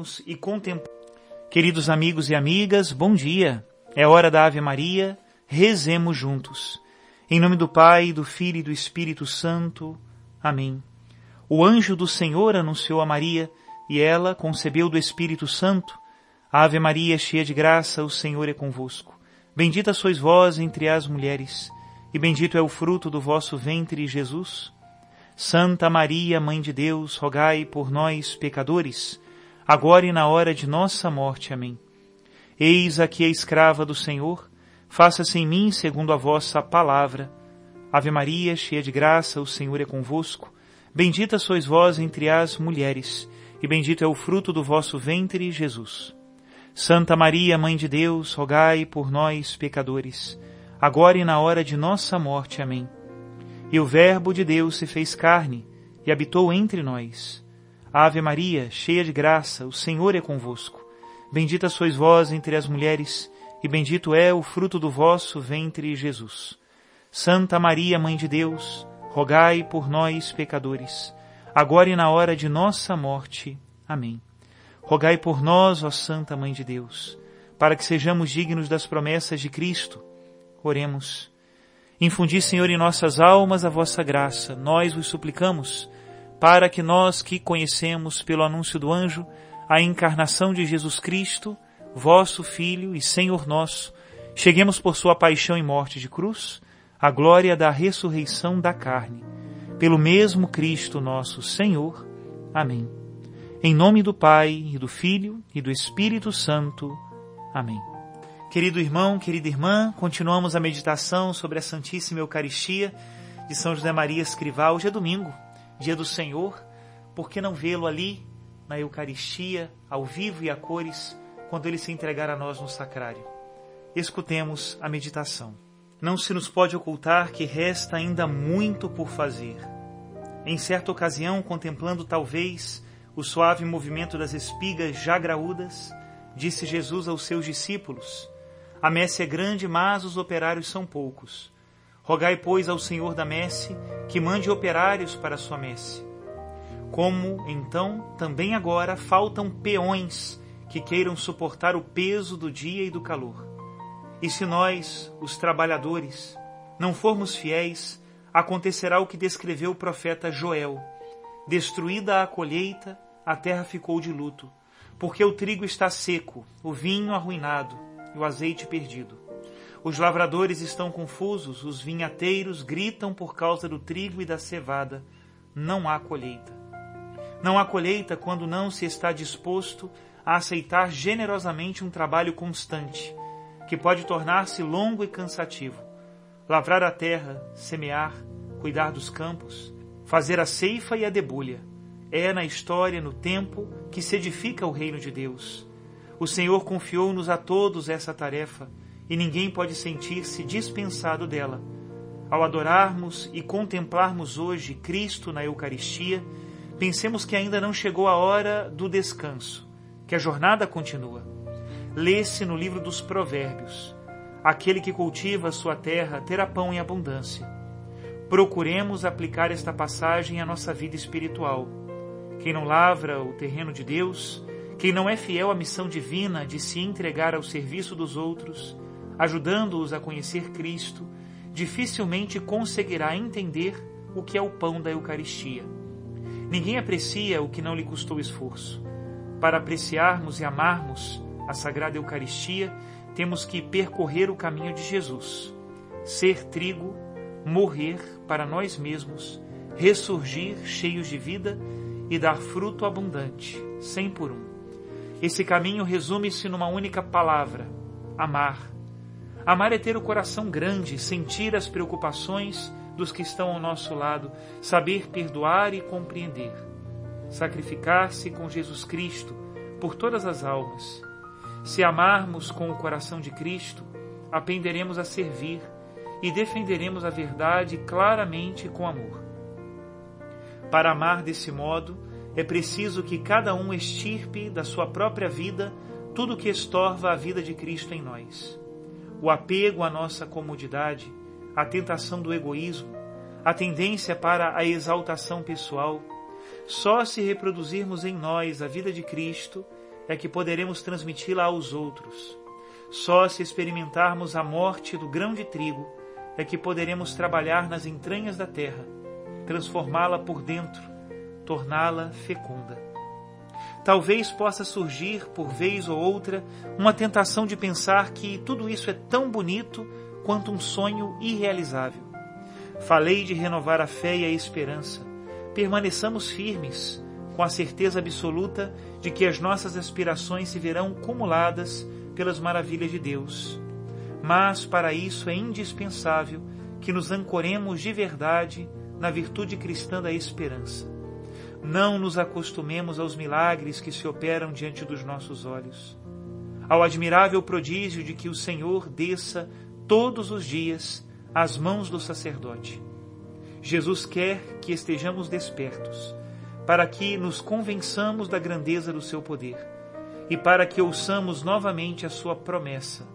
meditarmos e contemplarmos. Queridos amigos e amigas, bom dia. É hora da Ave Maria, rezemos juntos. Em nome do Pai, do Filho e do Espírito Santo. Amém. O anjo do Senhor anunciou a Maria, e ela concebeu do Espírito Santo. Ave Maria, cheia de graça, o Senhor é convosco. Bendita sois vós entre as mulheres, e bendito é o fruto do vosso ventre, Jesus. Santa Maria, Mãe de Deus, rogai por nós, pecadores, agora e na hora de nossa morte. Amém. Eis aqui a escrava do Senhor, faça-se em mim segundo a vossa palavra. Ave Maria, cheia de graça, o Senhor é convosco. Bendita sois vós entre as mulheres, e bendito é o fruto do vosso ventre, Jesus. Santa Maria, Mãe de Deus, rogai por nós, pecadores, agora e na hora de nossa morte. Amém. E o Verbo de Deus se fez carne e habitou entre nós. Ave Maria, cheia de graça, o Senhor é convosco. Bendita sois vós entre as mulheres, e bendito é o fruto do vosso ventre, Jesus. Santa Maria, Mãe de Deus, rogai por nós, pecadores, agora e na hora de nossa morte. Amém. Rogai por nós, ó Santa Mãe de Deus, para que sejamos dignos das promessas de Cristo. Oremos. Infundi, Senhor, em nossas almas a vossa graça, nós vos suplicamos, para que nós que conhecemos pelo anúncio do anjo a encarnação de Jesus Cristo, vosso Filho e Senhor nosso, cheguemos por sua paixão e morte de cruz, à glória da ressurreição da carne, pelo mesmo Cristo nosso Senhor. Amém. Em nome do Pai, e do Filho, e do Espírito Santo. Amém. Querido irmão, querida irmã, continuamos a meditação sobre a Santíssima Eucaristia de São José Maria Escrivá. Hoje é domingo, dia do Senhor. Por que não vê-lo ali, na Eucaristia, ao vivo e a cores, quando ele se entregar a nós no sacrário? Escutemos a meditação. Não se nos pode ocultar que resta ainda muito por fazer. Em certa ocasião, contemplando talvez o suave movimento das espigas já graúdas, disse Jesus aos seus discípulos: a messe é grande, mas os operários são poucos. Rogai, pois, ao Senhor da messe que mande operários para a sua messe. Como, então, também agora faltam peões que queiram suportar o peso do dia e do calor. E se nós, os trabalhadores, não formos fiéis, acontecerá o que descreveu o profeta Joel. Destruída a colheita, a terra ficou de luto, porque o trigo está seco, o vinho arruinado e o azeite perdido. Os lavradores estão confusos, os vinhateiros gritam por causa do trigo e da cevada. Não há colheita. Não há colheita quando não se está disposto a aceitar generosamente um trabalho constante, que pode tornar-se longo e cansativo. Lavrar a terra, semear, cuidar dos campos, fazer a ceifa e a debulha. É na história, no tempo, que se edifica o reino de Deus. O Senhor confiou-nos a todos essa tarefa, e ninguém pode sentir-se dispensado dela. Ao adorarmos e contemplarmos hoje Cristo na Eucaristia, pensemos que ainda não chegou a hora do descanso, que a jornada continua. Lê-se no livro dos Provérbios: aquele que cultiva a sua terra terá pão em abundância. Procuremos aplicar esta passagem à nossa vida espiritual. Quem não lavra o terreno de Deus, quem não é fiel à missão divina de se entregar ao serviço dos outros, ajudando-os a conhecer Cristo, dificilmente conseguirá entender o que é o pão da Eucaristia. Ninguém aprecia o que não lhe custou esforço. Para apreciarmos e amarmos a Sagrada Eucaristia, temos que percorrer o caminho de Jesus, ser trigo, morrer para nós mesmos, ressurgir cheios de vida e dar fruto abundante, 100 por 1. Esse caminho resume-se numa única palavra: amar. Amar é ter o coração grande, sentir as preocupações dos que estão ao nosso lado, saber perdoar e compreender. Sacrificar-se com Jesus Cristo por todas as almas. Se amarmos com o coração de Cristo, aprenderemos a servir e defenderemos a verdade claramente com amor. Para amar desse modo, é preciso que cada um extirpe da sua própria vida tudo que estorva a vida de Cristo em nós. O apego à nossa comodidade, a tentação do egoísmo, a tendência para a exaltação pessoal. Só se reproduzirmos em nós a vida de Cristo é que poderemos transmiti-la aos outros. Só se experimentarmos a morte do grão de trigo é que poderemos trabalhar nas entranhas da terra, transformá-la por dentro, torná-la fecunda. Talvez possa surgir, por vez ou outra, uma tentação de pensar que tudo isso é tão bonito quanto um sonho irrealizável. Falei de renovar a fé e a esperança. Permaneçamos firmes, com a certeza absoluta de que as nossas aspirações se verão cumuladas pelas maravilhas de Deus. Mas, para isso, é indispensável que nos ancoremos de verdade na virtude cristã da esperança. Não nos acostumemos aos milagres que se operam diante dos nossos olhos, ao admirável prodígio de que o Senhor desça todos os dias às mãos do sacerdote. Jesus quer que estejamos despertos, para que nos convençamos da grandeza do seu poder e para que ouçamos novamente a sua promessa.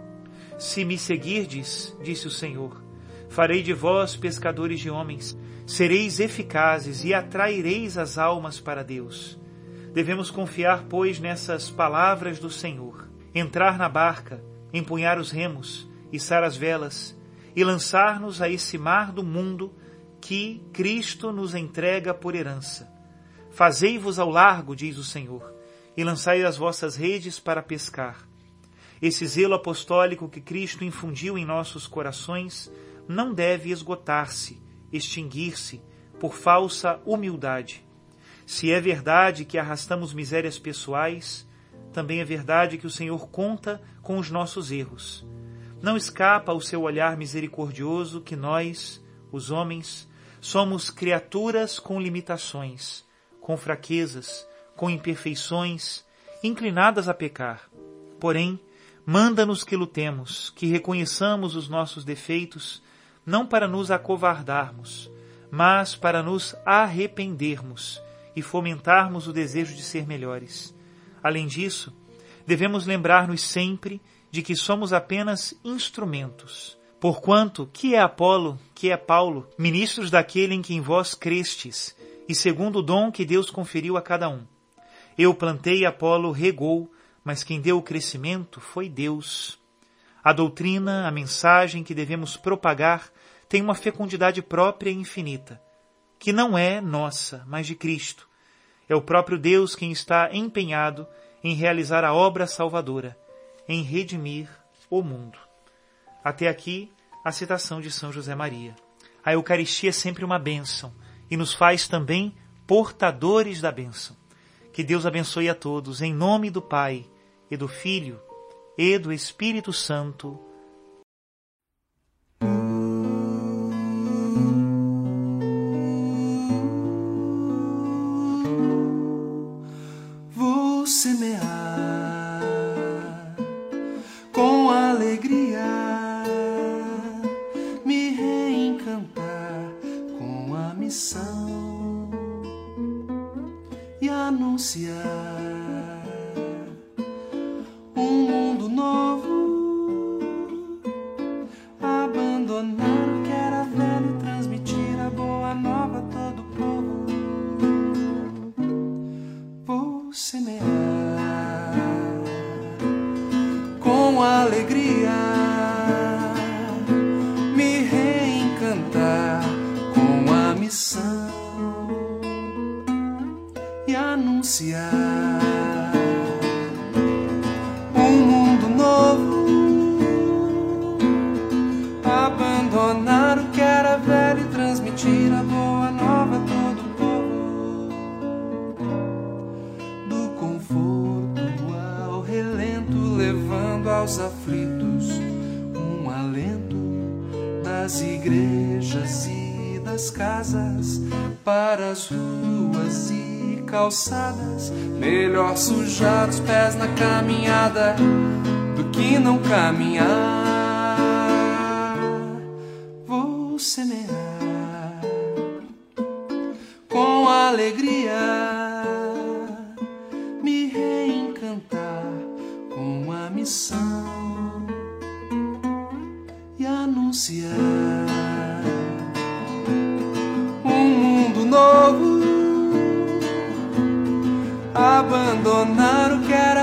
Se me seguirdes, disse o Senhor, farei de vós pescadores de homens, sereis eficazes e atraireis as almas para Deus. Devemos confiar, pois, nessas palavras do Senhor, entrar na barca, empunhar os remos, içar as velas e lançar-nos a esse mar do mundo que Cristo nos entrega por herança. Fazei-vos ao largo, diz o Senhor, e lançai as vossas redes para pescar. Esse zelo apostólico que Cristo infundiu em nossos corações não deve esgotar-se, extinguir-se por falsa humildade. Se é verdade que arrastamos misérias pessoais, também é verdade que o Senhor conta com os nossos erros. Não escapa ao seu olhar misericordioso que nós, os homens, somos criaturas com limitações, com fraquezas, com imperfeições, inclinadas a pecar. Porém, manda-nos que lutemos, que reconheçamos os nossos defeitos, não para nos acovardarmos, mas para nos arrependermos e fomentarmos o desejo de ser melhores. Além disso, devemos lembrar-nos sempre de que somos apenas instrumentos. Porquanto, que é Apolo, que é Paulo, ministros daquele em quem vós crestes, e segundo o dom que Deus conferiu a cada um. Eu plantei, Apolo regou, mas quem deu o crescimento foi Deus. A doutrina, a mensagem que devemos propagar, tem uma fecundidade própria e infinita, que não é nossa, mas de Cristo. É o próprio Deus quem está empenhado em realizar a obra salvadora, em redimir o mundo. Até aqui, a citação de São José Maria. A Eucaristia é sempre uma bênção e nos faz também portadores da bênção. Que Deus abençoe a todos, em nome do Pai, e do Filho, e do Espírito Santo. Vou semear com alegria, me reencantar com a missão e anunciar um mundo novo, abandonar o que era velho e transmitir a boa nova a todo o povo. Vou semear com alegria, me reencantar com a missão e anunciar um mundo novo, abandonar o que era velho e transmitir a boa nova a todo o povo. Do conforto ao relento, levando aos aflitos um alento, das igrejas e das casas para as ruas e calçadas. Melhor sujar os pés na caminhada do que não caminhar. Vou semear com alegria, me reencantar com a missão e anunciar um mundo novo, abandonar o que era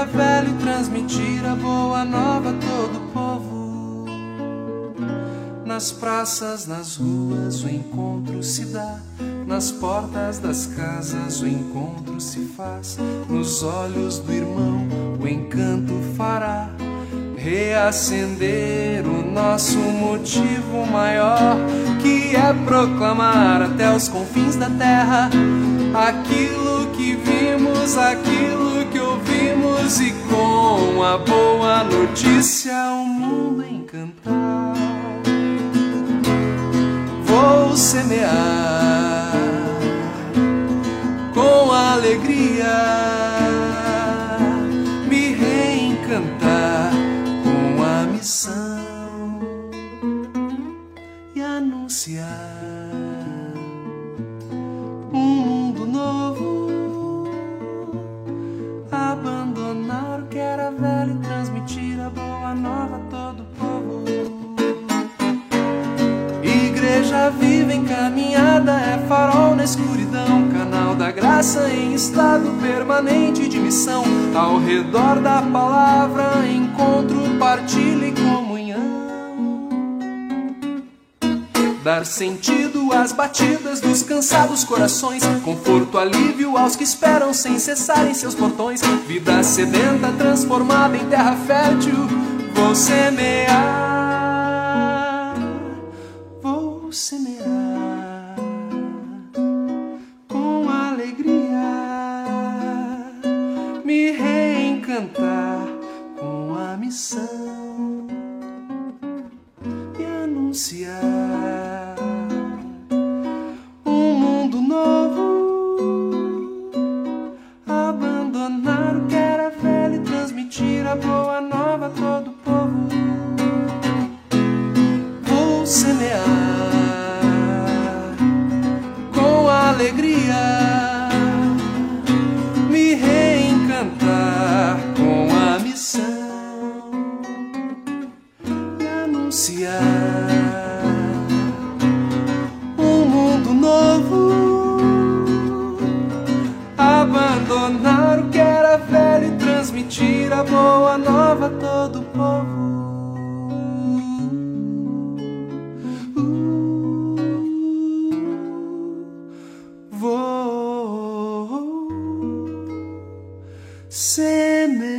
transmitir a boa nova a todo o povo. Nas praças, nas ruas, o encontro se dá. Nas portas das casas, o encontro se faz. Nos olhos do irmão, o encanto fará reacender o nosso motivo maior, que é proclamar até os confins da terra aquilo que vimos, aquilo que ouvimos, e com a boa notícia o mundo encantar. Vou semear com alegria, me reencantar com a missão e anunciar um mundo novo, abandonar o que era velho e transmitir a boa nova a todo o povo. Igreja viva em caminhada, é farol na escuridão, canal da graça em estado permanente de missão. Ao redor da palavra, encontro, partilha e comunhão. Dar sentido às batidas dos cansados corações, conforto, alívio aos que esperam sem cessar em seus portões. Vida sedenta transformada em terra fértil, vou semear, vou semear com alegria, me reencantar com a missão e anunciar um mundo novo, abandonar o que era velho e transmitir a boa nova a todo o povo. Vou semear com alegria, me reencantar com a missão e anunciar um mundo novo, abandonar o que era velho e transmitir a boa nova a todo o povo. Vou semear